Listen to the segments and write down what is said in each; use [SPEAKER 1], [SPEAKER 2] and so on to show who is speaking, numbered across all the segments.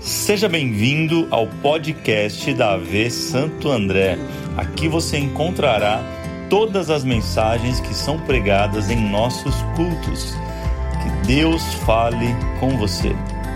[SPEAKER 1] Seja bem-vindo ao podcast da AV Santo André. Aqui você encontrará todas as mensagens que são pregadas em nossos cultos. Que Deus fale com você.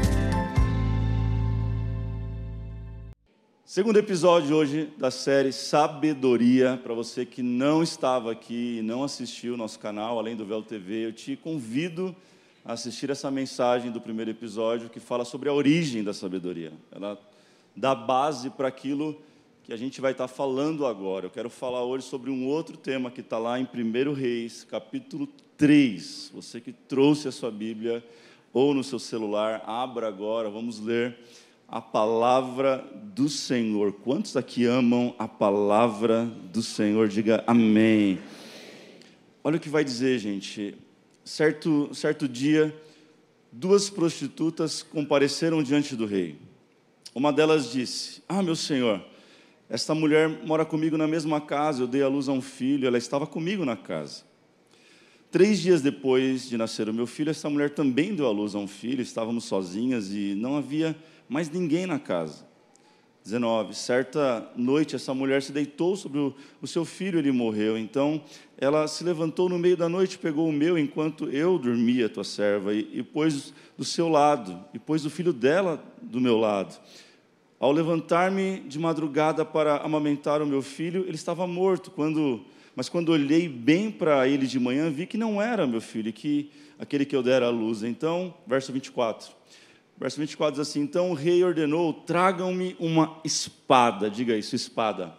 [SPEAKER 1] Segundo episódio hoje da série Sabedoria. Para você que não estava aqui e não assistiu o nosso canal, além do Véu TV, eu te convido a assistir essa mensagem do primeiro episódio que fala sobre a origem da sabedoria. Ela dá base para aquilo que a gente vai estar falando agora. Eu quero falar hoje sobre um outro tema que está lá em 1 Reis, capítulo 3. Você que trouxe a sua Bíblia ou no seu celular, abra agora, vamos ler a palavra do Senhor. Quantos aqui amam a palavra do Senhor? Diga amém. Olha o que vai dizer, gente. Certo dia, duas prostitutas compareceram diante do rei. Uma delas disse: meu senhor, esta mulher mora comigo na mesma casa, eu dei à luz a um filho, ela estava comigo na casa. 3 dias depois de nascer o meu filho, essa mulher também deu à luz a um filho, estávamos sozinhas e não havia mais ninguém na casa. 19. Certa noite, essa mulher se deitou sobre o seu filho, ele morreu. Então, ela se levantou no meio da noite, pegou o meu, enquanto eu dormia, tua serva, e pôs do seu lado, e pôs o filho dela do meu lado. Ao levantar-me de madrugada para amamentar o meu filho, ele estava morto. Mas quando olhei bem para ele de manhã, vi que não era meu filho, aquele que eu dera à luz. Então, verso 24. Verso 24 diz assim: então o rei ordenou, tragam-me uma espada. Diga isso, espada.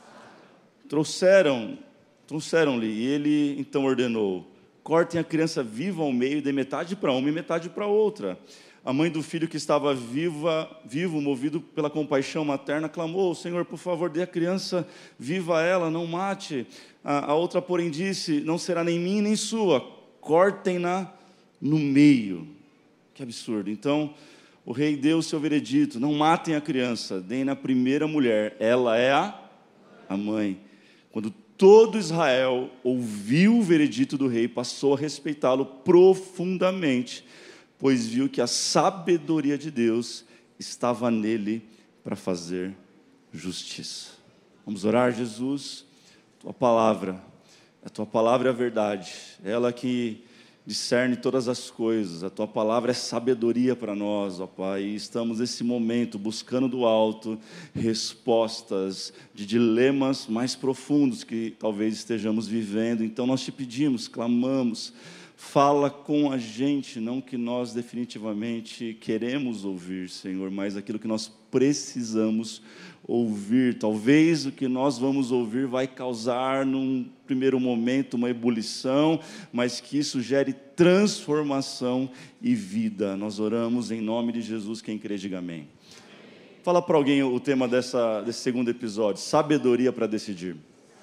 [SPEAKER 1] Trouxeram-lhe, e ele então ordenou: cortem a criança viva ao meio, dê metade para uma e metade para outra. A mãe do filho que estava vivo, movido pela compaixão materna, clamou: Senhor, por favor, dê a criança viva a ela, não mate. A outra, porém, disse: não será nem minha nem sua, cortem-na no meio. Que absurdo. Então, o rei deu o seu veredito: não matem a criança, deem na primeira mulher, ela é a mãe. Quando todo Israel ouviu o veredito do rei, passou a respeitá-lo profundamente, pois viu que a sabedoria de Deus estava nele para fazer justiça. Vamos orar, Jesus. A tua palavra é a verdade, ela que discerne todas as coisas. A tua palavra é sabedoria para nós, ó Pai, e estamos nesse momento buscando do alto respostas de dilemas mais profundos que talvez estejamos vivendo. Então nós te pedimos, clamamos, fala com a gente, não que nós definitivamente queremos ouvir, Senhor, mas aquilo que nós precisamos ouvir. Talvez o que nós vamos ouvir vai causar num primeiro momento uma ebulição, mas que isso gere transformação e vida. Nós oramos em nome de Jesus. Quem crê, diga amém. Fala para alguém o tema desse segundo episódio: sabedoria para decidir.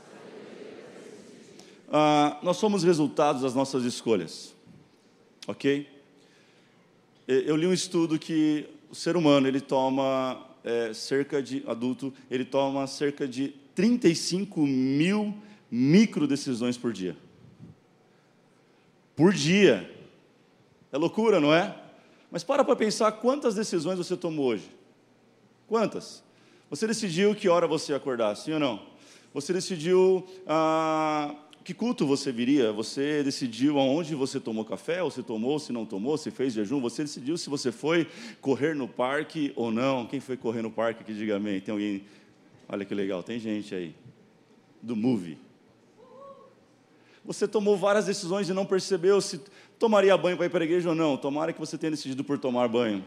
[SPEAKER 1] Nós somos resultados das nossas escolhas, ok? Eu li um estudo que o ser humano, ele toma ele toma cerca de 35 mil microdecisões por dia. Por dia. É loucura, não é? Mas para pensar quantas decisões você tomou hoje. Quantas? Você decidiu que hora você ia acordar, sim ou não? Você decidiu que culto você viria, você decidiu aonde você tomou café, ou se tomou, se não tomou, se fez jejum, você decidiu se você foi correr no parque ou não. Quem foi correr no parque que diga amém? Tem alguém? Olha que legal, tem gente aí, do movie. Você tomou várias decisões e não percebeu se tomaria banho para ir para a igreja ou não. Tomara que você tenha decidido por tomar banho.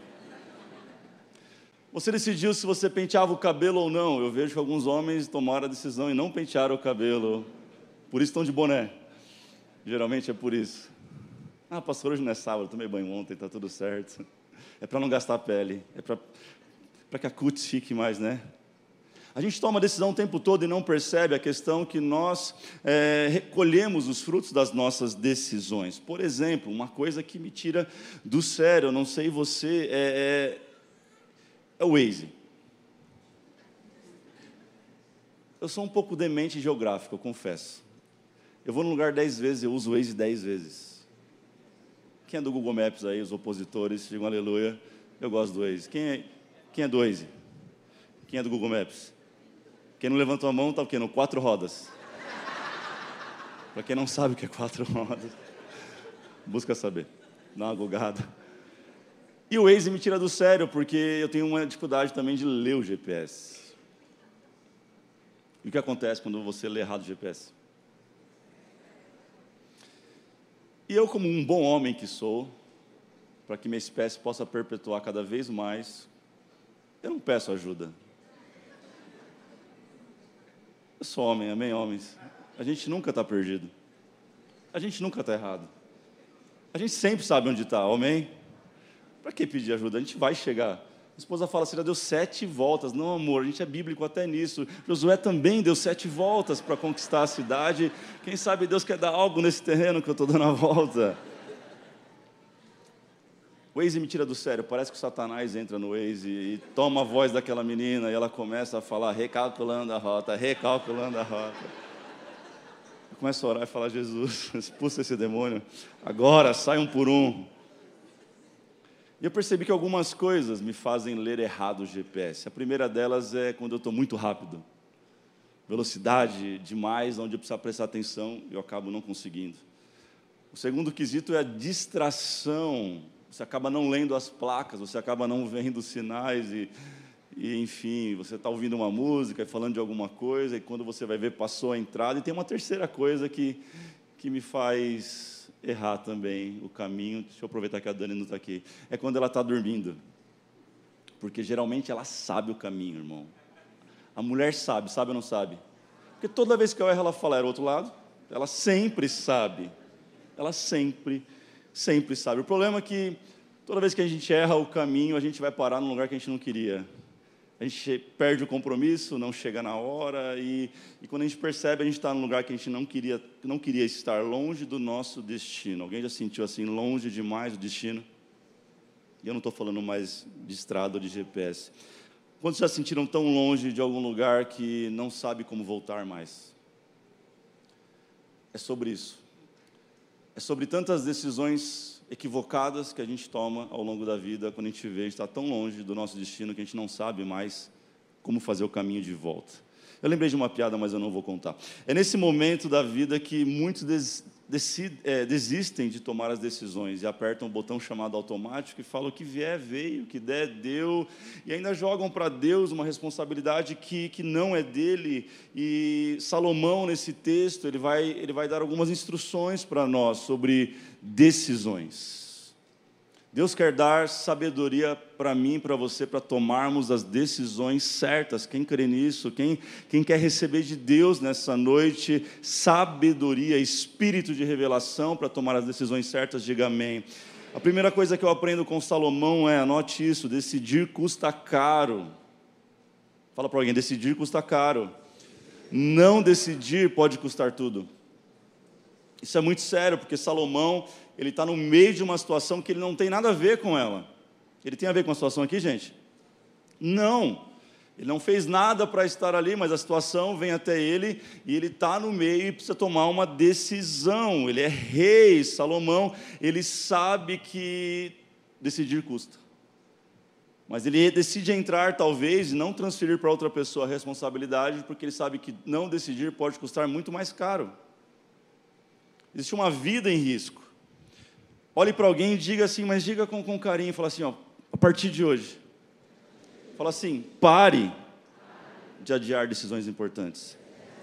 [SPEAKER 1] Você decidiu se você penteava o cabelo ou não. Eu vejo que alguns homens tomaram a decisão e não pentearam o cabelo. Por isso estão de boné. Geralmente é por isso. Pastor, hoje não é sábado, tomei banho ontem, está tudo certo. É para não gastar a pele. É para que a cutis fique mais, né? A gente toma decisão o tempo todo e não percebe a questão que nós recolhemos os frutos das nossas decisões. Por exemplo, uma coisa que me tira do sério, eu não sei você, é o Waze. Eu sou um pouco demente geográfico, eu confesso. Eu vou num lugar 10 vezes, eu uso o Waze 10 vezes. Quem é do Google Maps aí, os opositores, digam aleluia. Eu gosto do Waze. Quem é? Quem é do Waze? Quem é do Google Maps? Quem não levantou a mão está o quê? No 4 rodas. Para quem não sabe o que é 4 rodas, busca saber. Dá uma googada. E o Waze me tira do sério, porque eu tenho uma dificuldade também de ler o GPS. E o que acontece quando você lê errado o GPS? E eu, como um bom homem que sou, para que minha espécie possa perpetuar cada vez mais, eu não peço ajuda. Eu sou homem, amém, homens? A gente nunca está perdido. A gente nunca está errado. A gente sempre sabe onde está, amém? Para que pedir ajuda? A gente vai chegar. A esposa fala, você já deu 7 voltas. Não, amor, a gente é bíblico até nisso. Josué também deu 7 voltas para conquistar a cidade. Quem sabe Deus quer dar algo nesse terreno que eu estou dando a volta. O Waze me tira do sério. Parece que o Satanás entra no Waze e toma a voz daquela menina e ela começa a falar, recalculando a rota, recalculando a rota. Eu começo a orar e falar, Jesus, expulsa esse demônio. Agora, sai um por um. E eu percebi que algumas coisas me fazem ler errado o GPS. A primeira delas é quando eu estou muito rápido. Velocidade demais, onde eu preciso prestar atenção e eu acabo não conseguindo. O segundo quesito é a distração. Você acaba não lendo as placas, você acaba não vendo os sinais e enfim, você está ouvindo uma música e falando de alguma coisa e quando você vai ver, passou a entrada. E tem uma terceira coisa que me faz errar também o caminho. Deixa eu aproveitar que a Dani não está aqui. É quando ela está dormindo. Porque geralmente ela sabe o caminho, irmão. A mulher sabe ou não sabe? Porque toda vez que eu erro, ela fala, era o outro lado. Ela sempre sabe. Ela sempre sabe. O problema é que toda vez que a gente erra o caminho, a gente vai parar num lugar que a gente não queria. A gente perde o compromisso, não chega na hora, e quando a gente percebe, a gente está num lugar que a gente não queria estar, longe do nosso destino. Alguém já sentiu assim, longe demais do destino? E eu não estou falando mais de estrada ou de GPS. Quantos já se sentiram tão longe de algum lugar que não sabe como voltar mais? É sobre isso. É sobre tantas decisões equivocadas que a gente toma ao longo da vida, quando a gente vê, a gente está tão longe do nosso destino que a gente não sabe mais como fazer o caminho de volta. Eu lembrei de uma piada, mas eu não vou contar. É nesse momento da vida que muitos desistem de tomar as decisões e apertam um botão chamado automático e falam, o que vier, veio, o que der, deu, e ainda jogam para Deus uma responsabilidade que não é dele. E Salomão, nesse texto, ele vai dar algumas instruções para nós sobre decisões. Deus quer dar sabedoria para mim e para você, para tomarmos as decisões certas. Quem crê nisso? Quem quer receber de Deus nessa noite sabedoria, espírito de revelação para tomar as decisões certas, diga amém. A primeira coisa que eu aprendo com Salomão é, anote isso, decidir custa caro. Fala para alguém, decidir custa caro. Não decidir pode custar tudo. Isso é muito sério, porque Salomão, ele está no meio de uma situação que ele não tem nada a ver com ela. Ele tem a ver com a situação aqui, gente? Não. Ele não fez nada para estar ali, mas a situação vem até ele, e ele está no meio e precisa tomar uma decisão. Ele é rei, Salomão, ele sabe que decidir custa. Mas ele decide entrar, talvez, e não transferir para outra pessoa a responsabilidade, porque ele sabe que não decidir pode custar muito mais caro. Existe uma vida em risco. Olhe para alguém e diga assim, mas diga com carinho, fala assim, ó, a partir de hoje. Fala assim, pare de adiar decisões importantes.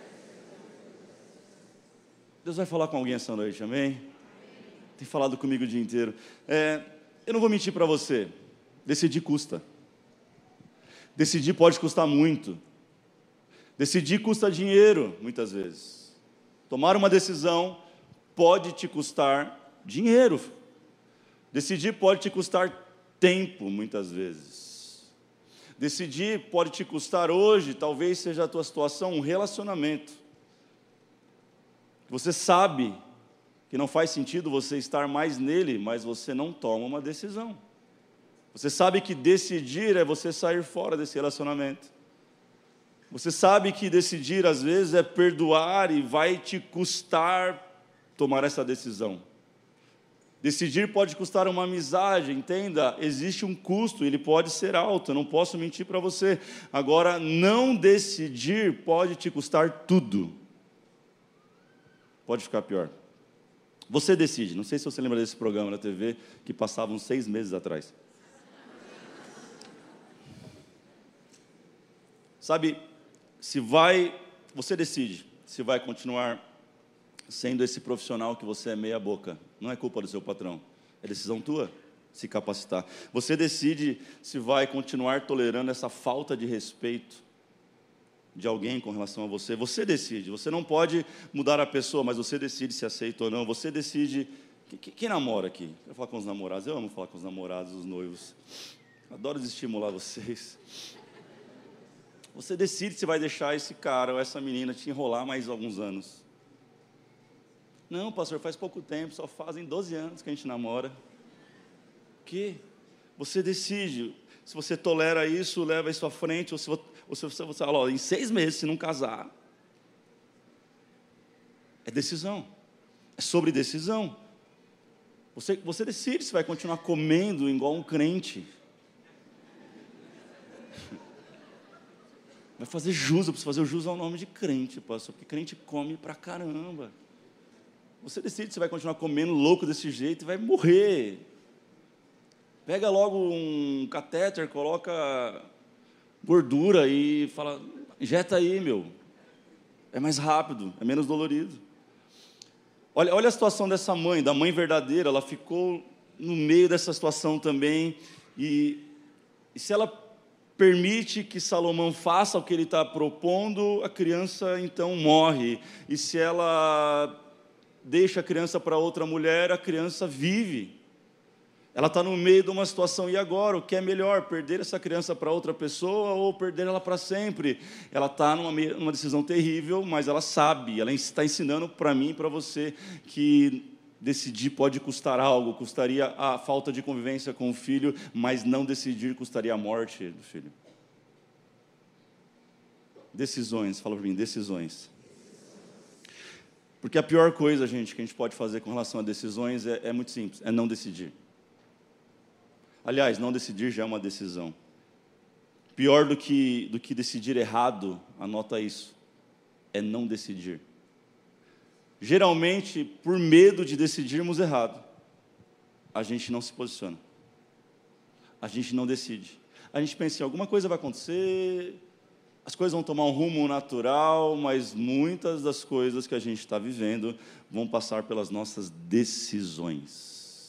[SPEAKER 1] Deus vai falar com alguém essa noite, amém? Tem falado comigo o dia inteiro. Eu não vou mentir para você, decidir custa. Decidir pode custar muito. Decidir custa dinheiro, muitas vezes. Tomar uma decisão pode te custar dinheiro. Decidir pode te custar tempo, muitas vezes. Decidir pode te custar hoje, talvez seja a tua situação, um relacionamento. Você sabe que não faz sentido você estar mais nele, mas você não toma uma decisão. Você sabe que decidir é você sair fora desse relacionamento. Você sabe que decidir, às vezes, é perdoar e vai te custar tomar essa decisão. Decidir pode custar uma amizade, entenda, existe um custo, ele pode ser alto, eu não posso mentir para você. Agora, não decidir pode te custar tudo. Pode ficar pior. Você decide, não sei se você lembra desse programa na TV, que passava uns 6 meses atrás. Sabe, você decide se vai continuar sendo esse profissional que você é meia boca. Não é culpa do seu patrão, é decisão tua se capacitar. Você decide se vai continuar tolerando essa falta de respeito de alguém com relação a você. Você decide, você não pode mudar a pessoa, mas você decide se aceita ou não. Você decide. Quem namora aqui? Quero falar com os namorados. Eu amo falar com os namorados, os noivos. Adoro estimular vocês. Você decide se vai deixar esse cara ou essa menina te enrolar mais alguns anos. Não, pastor, faz pouco tempo, só fazem 12 anos que a gente namora. O quê? Você decide se você tolera isso, leva isso à frente, ou se você fala, ó, em 6 meses, se não casar. É decisão. É sobre decisão. Você decide se vai continuar comendo igual um crente. Vai fazer jus, eu preciso fazer o jus ao nome de crente, pastor, porque crente come pra caramba. Você decide se vai continuar comendo louco desse jeito e vai morrer. Pega logo um catéter, coloca gordura e fala, injeta aí, meu. É mais rápido, é menos dolorido. Olha a situação dessa mãe, da mãe verdadeira, ela ficou no meio dessa situação também. E se ela permite que Salomão faça o que ele está propondo, a criança então morre. E se ela deixa a criança para outra mulher, a criança vive. Ela está no meio de uma situação, e agora? O que é melhor, perder essa criança para outra pessoa ou perder ela para sempre? Ela está numa decisão terrível, mas ela sabe, ela está ensinando para mim e para você que decidir pode custar algo, custaria a falta de convivência com o filho, mas não decidir custaria a morte do filho. Decisões, fala para mim, decisões. Porque a pior coisa, gente, que a gente pode fazer com relação a decisões é muito simples, é não decidir. Aliás, não decidir já é uma decisão. Pior do que decidir errado, anota isso, é não decidir. Geralmente, por medo de decidirmos errado, a gente não se posiciona. A gente não decide. A gente pensa em alguma coisa vai acontecer, as coisas vão tomar um rumo natural, mas muitas das coisas que a gente está vivendo vão passar pelas nossas decisões.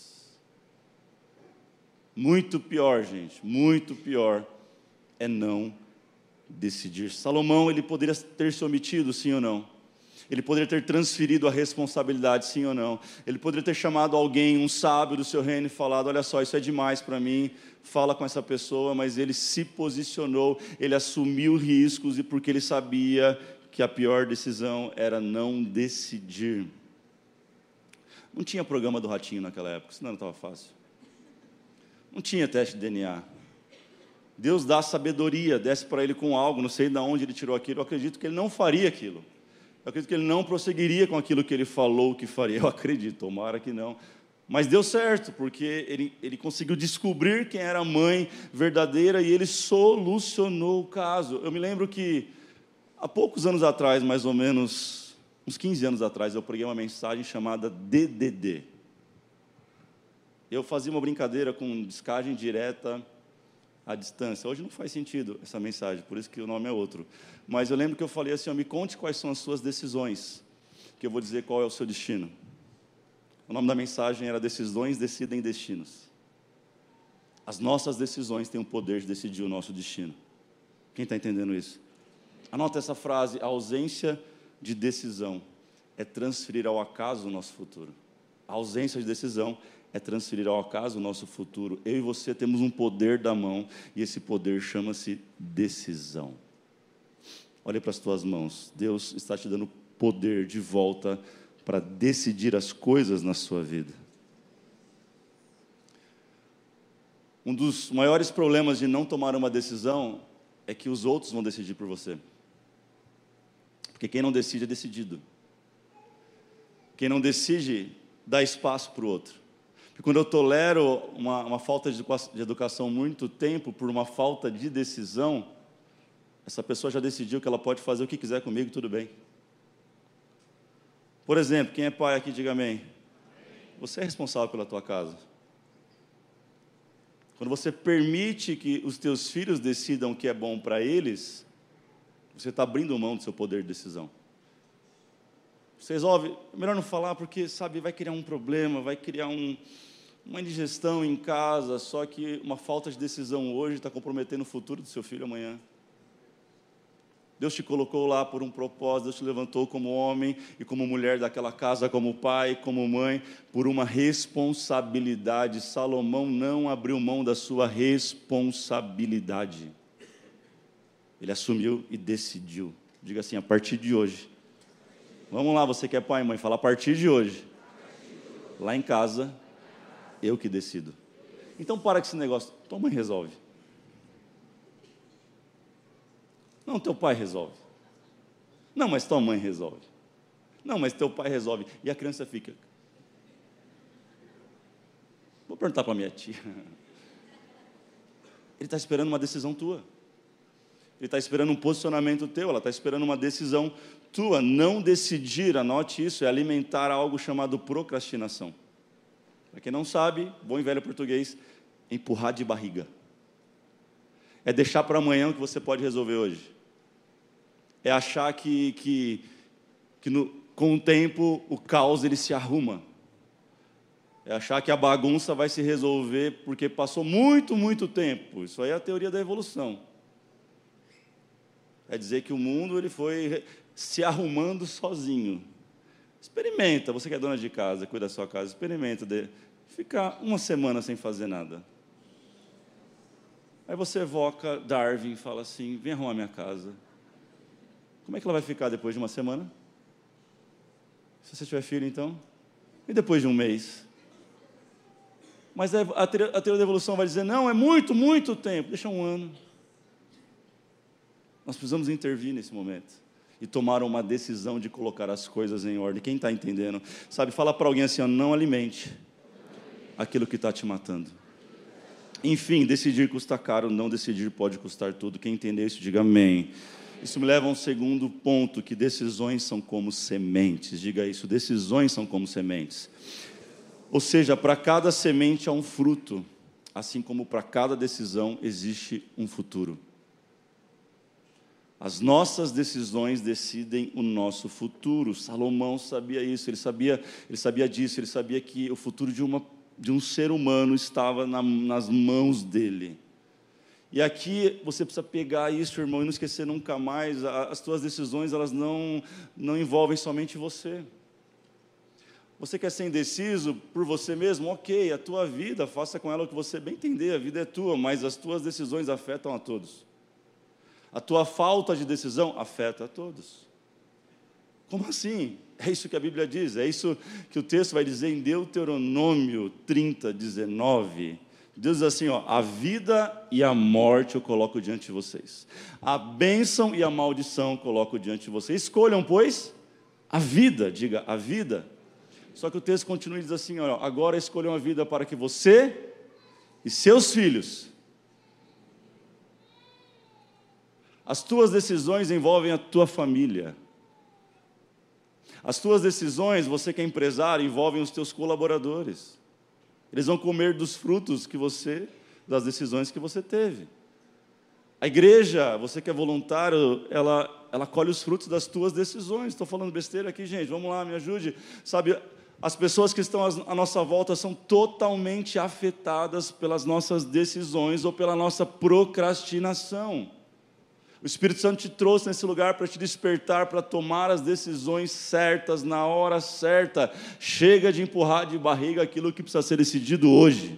[SPEAKER 1] Muito pior, gente, muito pior é não decidir. Salomão, ele poderia ter se omitido, sim ou não? Ele poderia ter transferido a responsabilidade, sim ou não? Ele poderia ter chamado alguém, um sábio do seu reino, e falado, olha só, isso é demais para mim, fala com essa pessoa, mas ele se posicionou, ele assumiu riscos, e porque ele sabia que a pior decisão era não decidir. Não tinha programa do Ratinho naquela época, senão não estava fácil. Não tinha teste de DNA. Deus dá sabedoria, desce para ele com algo, não sei de onde ele tirou aquilo, eu acredito que ele não faria aquilo. Eu acredito que ele não prosseguiria com aquilo que ele falou que faria. Eu acredito, tomara que não. Mas deu certo, porque ele conseguiu descobrir quem era a mãe verdadeira e ele solucionou o caso. Eu me lembro que, há poucos anos atrás, mais ou menos, uns 15 anos atrás, eu preguei uma mensagem chamada DDD. Eu fazia uma brincadeira com descagem direta à distância. Hoje não faz sentido essa mensagem, por isso que o nome é outro. Mas eu lembro que eu falei assim, me conte quais são as suas decisões, que eu vou dizer qual é o seu destino. O nome da mensagem era Decisões Decidem Destinos. As nossas decisões têm o poder de decidir o nosso destino. Quem está entendendo isso? Anota essa frase, a ausência de decisão é transferir ao acaso o nosso futuro. A ausência de decisão é transferir ao acaso o nosso futuro. Eu e você temos um poder da mão, e esse poder chama-se decisão. Olha para as tuas mãos, Deus está te dando poder de volta para decidir as coisas na sua vida. Um dos maiores problemas de não tomar uma decisão é que os outros vão decidir por você. Porque quem não decide é decidido. Quem não decide, dá espaço para o outro. Porque quando eu tolero uma falta de educação muito tempo por uma falta de decisão, essa pessoa já decidiu que ela pode fazer o que quiser comigo, tudo bem. Por exemplo, quem é pai aqui, diga amém. Você é responsável pela tua casa. Quando você permite que os teus filhos decidam o que é bom para eles, você está abrindo mão do seu poder de decisão. Você resolve, melhor não falar porque, sabe, vai criar um problema, vai criar uma indigestão em casa, só que uma falta de decisão hoje está comprometendo o futuro do seu filho amanhã. Deus te colocou lá por um propósito, Deus te levantou como homem e como mulher daquela casa, como pai, como mãe, por uma responsabilidade. Salomão não abriu mão da sua responsabilidade. Ele assumiu e decidiu. Diga assim, a partir de hoje. Vamos lá, você que é pai e mãe, fala a partir de hoje. Lá em casa, eu que decido. Então para com esse negócio, tua mãe resolve. Não, teu pai resolve. Não, mas tua mãe resolve. Não, mas teu pai resolve. E a criança fica. Vou perguntar para minha tia. Ele está esperando uma decisão tua. Ele está esperando um posicionamento teu. Ela está esperando uma decisão tua. Não decidir, anote isso, é alimentar algo chamado procrastinação. Para quem não sabe, bom e velho português, empurrar de barriga. É deixar para amanhã o que você pode resolver hoje. É achar que com o tempo o caos ele se arruma. É achar que a bagunça vai se resolver porque passou muito, muito tempo. Isso aí é a teoria da evolução. É dizer que o mundo ele foi se arrumando sozinho. Experimenta, você que é dona de casa, cuida da sua casa, experimenta ficar uma semana sem fazer nada. Aí você evoca Darwin e fala assim, vem arrumar minha casa. Como é que ela vai ficar depois de uma semana? Se você tiver filho, então? E depois de um mês? Mas a teoria da evolução vai dizer, não, é muito, muito tempo. Deixa um ano. Nós precisamos intervir nesse momento. E tomar uma decisão de colocar as coisas em ordem. Quem está entendendo? Sabe, fala para alguém assim, ó, não alimente aquilo que está te matando. Enfim, decidir custa caro, não decidir pode custar tudo. Quem entender isso, diga amém. Isso me leva a um segundo ponto, que decisões são como sementes. Diga isso, decisões são como sementes. Ou seja, para cada semente há um fruto, assim como para cada decisão existe um futuro. As nossas decisões decidem o nosso futuro. Salomão sabia isso, ele sabia disso, ele sabia que o futuro de um ser humano estava nas mãos dele. E aqui você precisa pegar isso, irmão, e não esquecer nunca mais, as tuas decisões, elas não envolvem somente você. Você quer ser indeciso por você mesmo? Ok, a tua vida, faça com ela o que você bem entender, a vida é tua, mas as tuas decisões afetam a todos. A tua falta de decisão afeta a todos. Como assim? É isso que a Bíblia diz, é isso que o texto vai dizer em Deuteronômio 30, 19. Deus diz assim, ó, a vida e a morte eu coloco diante de vocês. A bênção e a maldição eu coloco diante de vocês. Escolham, pois, a vida, diga, a vida. Só que o texto continua e diz assim, ó, agora escolham a vida para que você e seus filhos. As tuas decisões envolvem a tua família. As tuas decisões, você que é empresário, envolvem os teus colaboradores. Eles vão comer dos frutos das decisões que você teve. A igreja, você que é voluntário, ela colhe os frutos das tuas decisões. Estou falando besteira aqui, gente, vamos lá, me ajude. Sabe, as pessoas que estão à nossa volta são totalmente afetadas pelas nossas decisões ou pela nossa procrastinação. O Espírito Santo te trouxe nesse lugar para te despertar, para tomar as decisões certas, na hora certa. Chega de empurrar de barriga aquilo que precisa ser decidido hoje.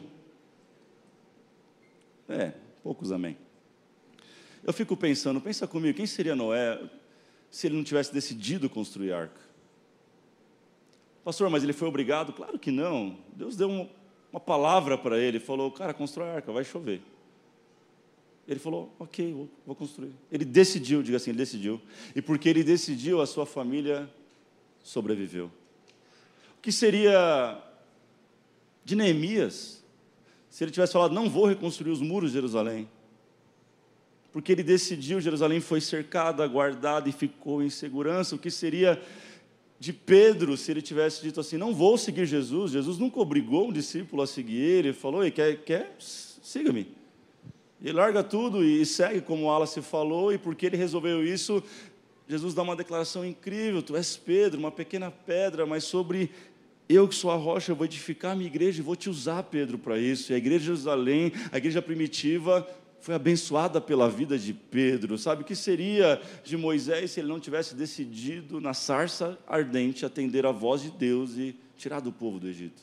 [SPEAKER 1] Poucos amém. Eu fico pensando, pensa comigo, quem seria Noé se ele não tivesse decidido construir a arca? Pastor, mas ele foi obrigado? Claro que não. Deus deu uma palavra para ele, falou, cara, constrói a arca, vai chover. Ele falou, ok, vou construir. Ele decidiu, diga assim, ele decidiu. E porque ele decidiu, a sua família sobreviveu. O que seria de Neemias, se ele tivesse falado, não vou reconstruir os muros de Jerusalém, porque ele decidiu, Jerusalém foi cercada, guardada e ficou em segurança. O que seria de Pedro se ele tivesse dito assim, não vou seguir Jesus? Jesus nunca obrigou um discípulo a seguir ele falou, quer? Siga-me. Ele larga tudo e segue, como o Wallace falou, e porque ele resolveu isso, Jesus dá uma declaração incrível, tu és Pedro, uma pequena pedra, mas sobre eu que sou a rocha, eu vou edificar a minha igreja e vou te usar, Pedro, para isso. E a igreja de Jerusalém, a igreja primitiva, foi abençoada pela vida de Pedro. Sabe o que seria de Moisés se ele não tivesse decidido, na sarça ardente, atender a voz de Deus e tirar do povo do Egito?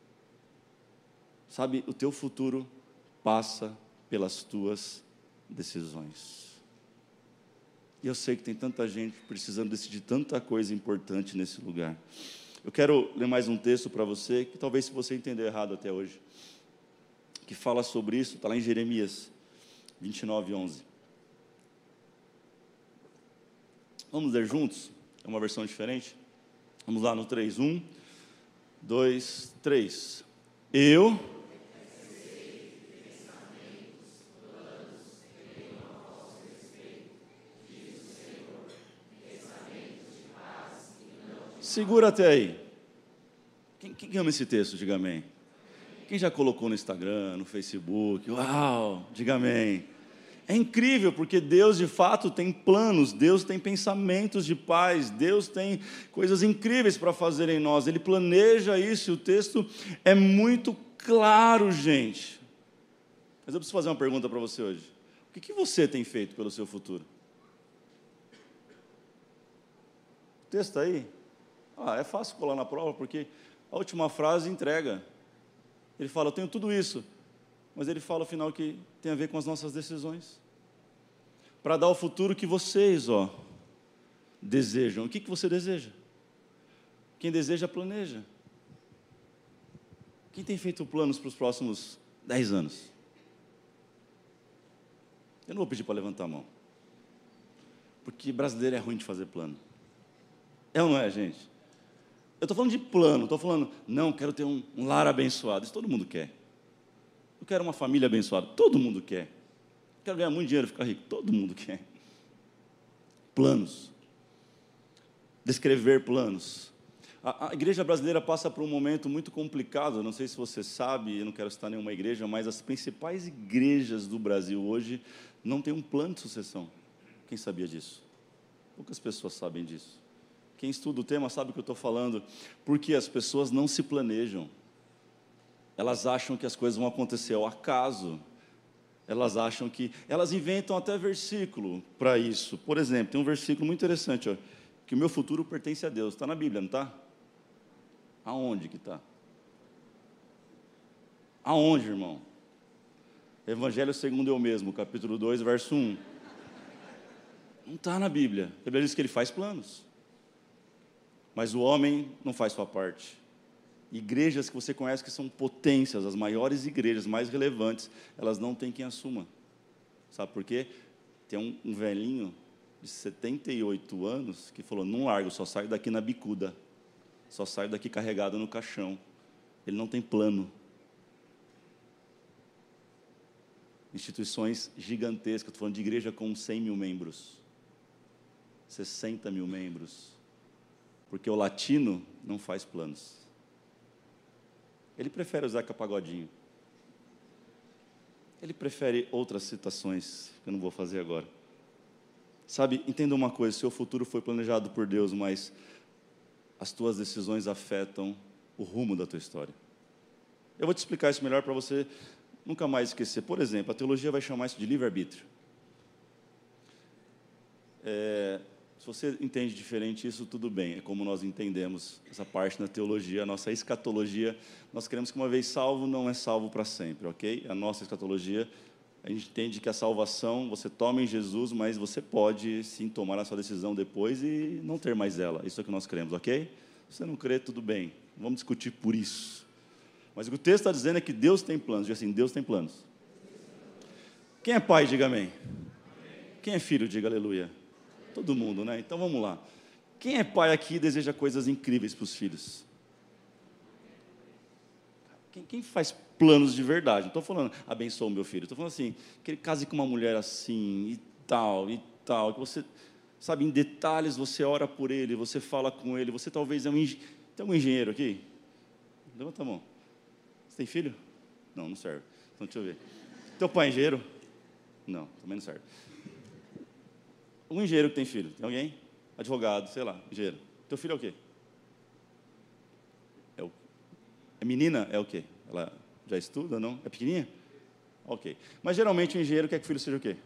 [SPEAKER 1] Sabe, o teu futuro passa pelas tuas decisões. E eu sei que tem tanta gente precisando decidir tanta coisa importante nesse lugar. Eu quero ler mais um texto para você, que talvez se você entender errado até hoje, que fala sobre isso, está lá em Jeremias 29:11. Vamos ler juntos? É uma versão diferente? Vamos lá no 3, 1, 2, 3. Eu... Segura até aí. Quem ama esse texto, diga amém. Quem já colocou no Instagram, no Facebook, uau, diga amém. É incrível, porque Deus de fato tem planos, Deus tem pensamentos de paz, Deus tem coisas incríveis para fazer em nós, Ele planeja isso, e o texto é muito claro, gente. Mas eu preciso fazer uma pergunta para você hoje. O que você tem feito pelo seu futuro? O texto está aí? É fácil colar na prova, porque a última frase entrega. Ele fala, eu tenho tudo isso, mas ele fala ao final que tem a ver com as nossas decisões. Para dar o futuro que vocês, desejam. O que você deseja? Quem deseja, planeja. Quem tem feito planos para os próximos 10 anos? Eu não vou pedir para levantar a mão, porque brasileiro é ruim de fazer plano. É ou não é, gente? Eu estou falando de plano, estou falando, não, quero ter um lar abençoado. Isso todo mundo quer. Eu quero uma família abençoada. Todo mundo quer. Quero ganhar muito dinheiro e ficar rico. Todo mundo quer. Planos. Descrever planos. A igreja brasileira passa por um momento muito complicado. Não sei se você sabe, eu não quero citar nenhuma igreja, mas as principais igrejas do Brasil hoje não têm um plano de sucessão. Quem sabia disso? Poucas pessoas sabem disso. Quem estuda o tema sabe o que eu estou falando, porque as pessoas não se planejam. Elas acham que as coisas vão acontecer ao acaso. Elas inventam até versículo para isso. Por exemplo, tem um versículo muito interessante, que o meu futuro pertence a Deus. Está na Bíblia, não está? Aonde que está? Aonde, irmão? Evangelho segundo eu mesmo, capítulo 2, verso 1. Não está na Bíblia. A Bíblia diz que ele faz planos. Mas o homem não faz sua parte. Igrejas que você conhece que são potências, as maiores igrejas, mais relevantes, elas não têm quem assuma. Sabe por quê? Tem um velhinho de 78 anos que falou, não largo, só saio daqui na bicuda. Só saio daqui carregado no caixão. Ele não tem plano. Instituições gigantescas, estou falando de igreja com 100 mil membros. 60 mil membros. Porque o latino não faz planos. Ele prefere usar Pagodinho. Ele prefere outras citações, que eu não vou fazer agora. Sabe, entenda uma coisa, seu futuro foi planejado por Deus, mas as tuas decisões afetam o rumo da tua história. Eu vou te explicar isso melhor para você nunca mais esquecer. Por exemplo, a teologia vai chamar isso de livre-arbítrio. Se você entende diferente isso, tudo bem. É como nós entendemos essa parte na teologia, a nossa escatologia. Nós queremos que uma vez salvo, não é salvo para sempre, ok? A nossa escatologia, a gente entende que a salvação, você toma em Jesus, mas você pode, sim, tomar a sua decisão depois e não ter mais ela. Isso é o que nós queremos, ok? Se você não crê, tudo bem. Vamos discutir por isso. Mas o que o texto está dizendo é que Deus tem planos. Diga assim, Deus tem planos. Quem é pai, diga amém. Quem é filho, diga aleluia. Todo mundo, né? Então vamos lá. Quem é pai aqui e deseja coisas incríveis para os filhos? Quem faz planos de verdade? Não estou falando, abençoa o meu filho. Estou falando assim, que ele case com uma mulher assim, e tal, que você, sabe, em detalhes você ora por ele, você fala com ele, você talvez tem um engenheiro aqui? Levanta a mão. Você tem filho? Não, não serve. Então, deixa eu ver. Teu pai é engenheiro? Não, também não serve. Um engenheiro que tem filho, tem alguém? Advogado, sei lá, engenheiro. Teu filho é o quê? É menina? É o quê? Ela já estuda, não? É pequenininha? Ok. Mas geralmente o engenheiro quer que o filho seja o quê?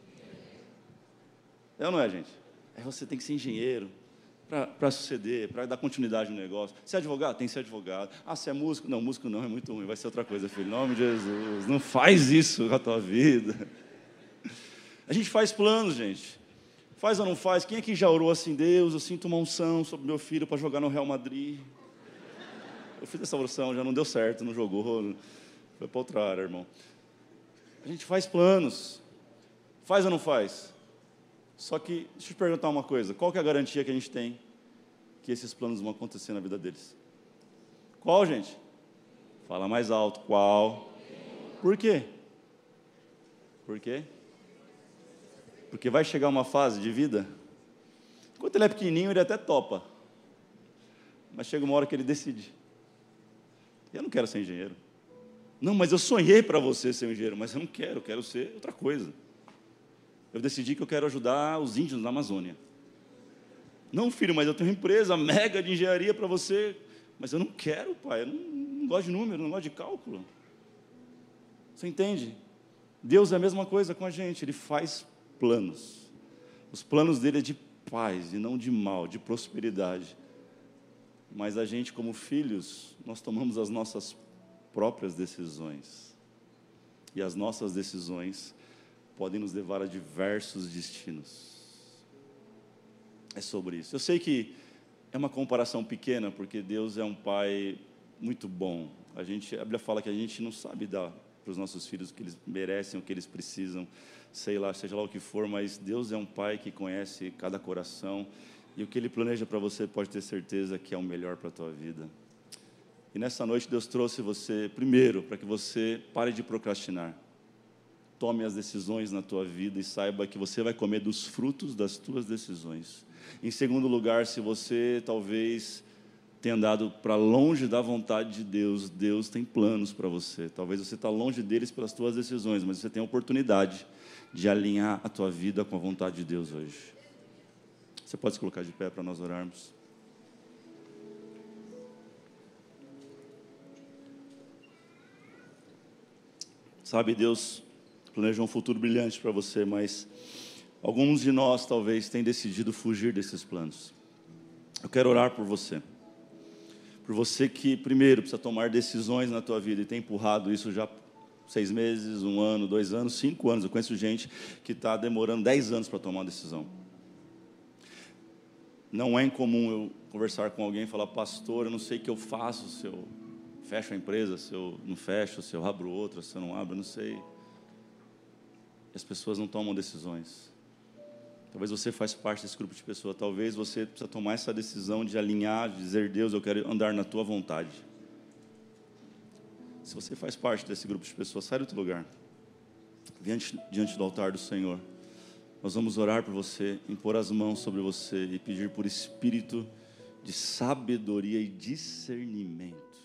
[SPEAKER 1] É ou não é, gente? Você tem que ser engenheiro para suceder, para dar continuidade no negócio. Você é advogado? Tem que ser advogado. Você é músico? Não, músico não, é muito ruim, vai ser outra coisa, filho. Em nome de Jesus, não faz isso com a tua vida. A gente faz planos, gente. Faz ou não faz? Quem aqui já orou assim, Deus, eu sinto uma unção sobre meu filho para jogar no Real Madrid? Eu fiz essa oração, já não deu certo, não jogou, foi para outra área, irmão. A gente faz planos. Faz ou não faz? Só que, deixa eu te perguntar uma coisa. Qual que é a garantia que a gente tem que esses planos vão acontecer na vida deles? Qual, gente? Fala mais alto. Qual? Por quê? Por quê? Porque vai chegar uma fase de vida, enquanto ele é pequenininho, ele até topa. Mas chega uma hora que ele decide. Eu não quero ser engenheiro. Não, mas eu sonhei para você ser um engenheiro, mas eu não quero, eu quero ser outra coisa. Eu decidi que eu quero ajudar os índios na Amazônia. Não, filho, mas eu tenho uma empresa mega de engenharia para você. Mas eu não quero, pai, eu não gosto de número, não gosto de cálculo. Você entende? Deus é a mesma coisa com a gente, Ele faz planos. Os planos dele é de paz e não de mal, de prosperidade. Mas a gente, como filhos, nós tomamos as nossas próprias decisões. E as nossas decisões podem nos levar a diversos destinos. É sobre isso. Eu sei que é uma comparação pequena, porque Deus é um pai muito bom. A Bíblia fala que a gente não sabe dar para os nossos filhos o que eles merecem, o que eles precisam, sei lá, seja lá o que for, mas Deus é um pai que conhece cada coração, e o que Ele planeja para você, pode ter certeza que é o melhor para a tua vida. E nessa noite Deus trouxe você, primeiro, para que você pare de procrastinar. Tome as decisões na tua vida e saiba que você vai comer dos frutos das tuas decisões. Em segundo lugar, se você talvez tenha andado para longe da vontade de Deus, Deus tem planos para você. Talvez você está longe deles pelas tuas decisões, mas você tem a oportunidade de alinhar a tua vida com a vontade de Deus hoje. Você pode se colocar de pé para nós orarmos? Sabe, Deus planejou um futuro brilhante para você, mas alguns de nós talvez tenham decidido fugir desses planos. Eu quero orar por você. Por você que, primeiro, precisa tomar decisões na tua vida e tem empurrado isso já 6 meses, 1 ano, 2 anos, 5 anos. Eu conheço gente que está demorando 10 anos para tomar uma decisão. Não é incomum eu conversar com alguém e falar, pastor, eu não sei o que eu faço, se eu fecho a empresa, se eu não fecho, se eu abro outra, se eu não abro, eu não sei. E as pessoas não tomam decisões. Talvez você faça parte desse grupo de pessoas. Talvez você precisa tomar essa decisão de alinhar, de dizer, Deus, eu quero andar na tua vontade. Se você faz parte desse grupo de pessoas, sai do teu lugar. Vem diante do altar do Senhor. Nós vamos orar por você, impor as mãos sobre você e pedir por espírito de sabedoria e discernimento.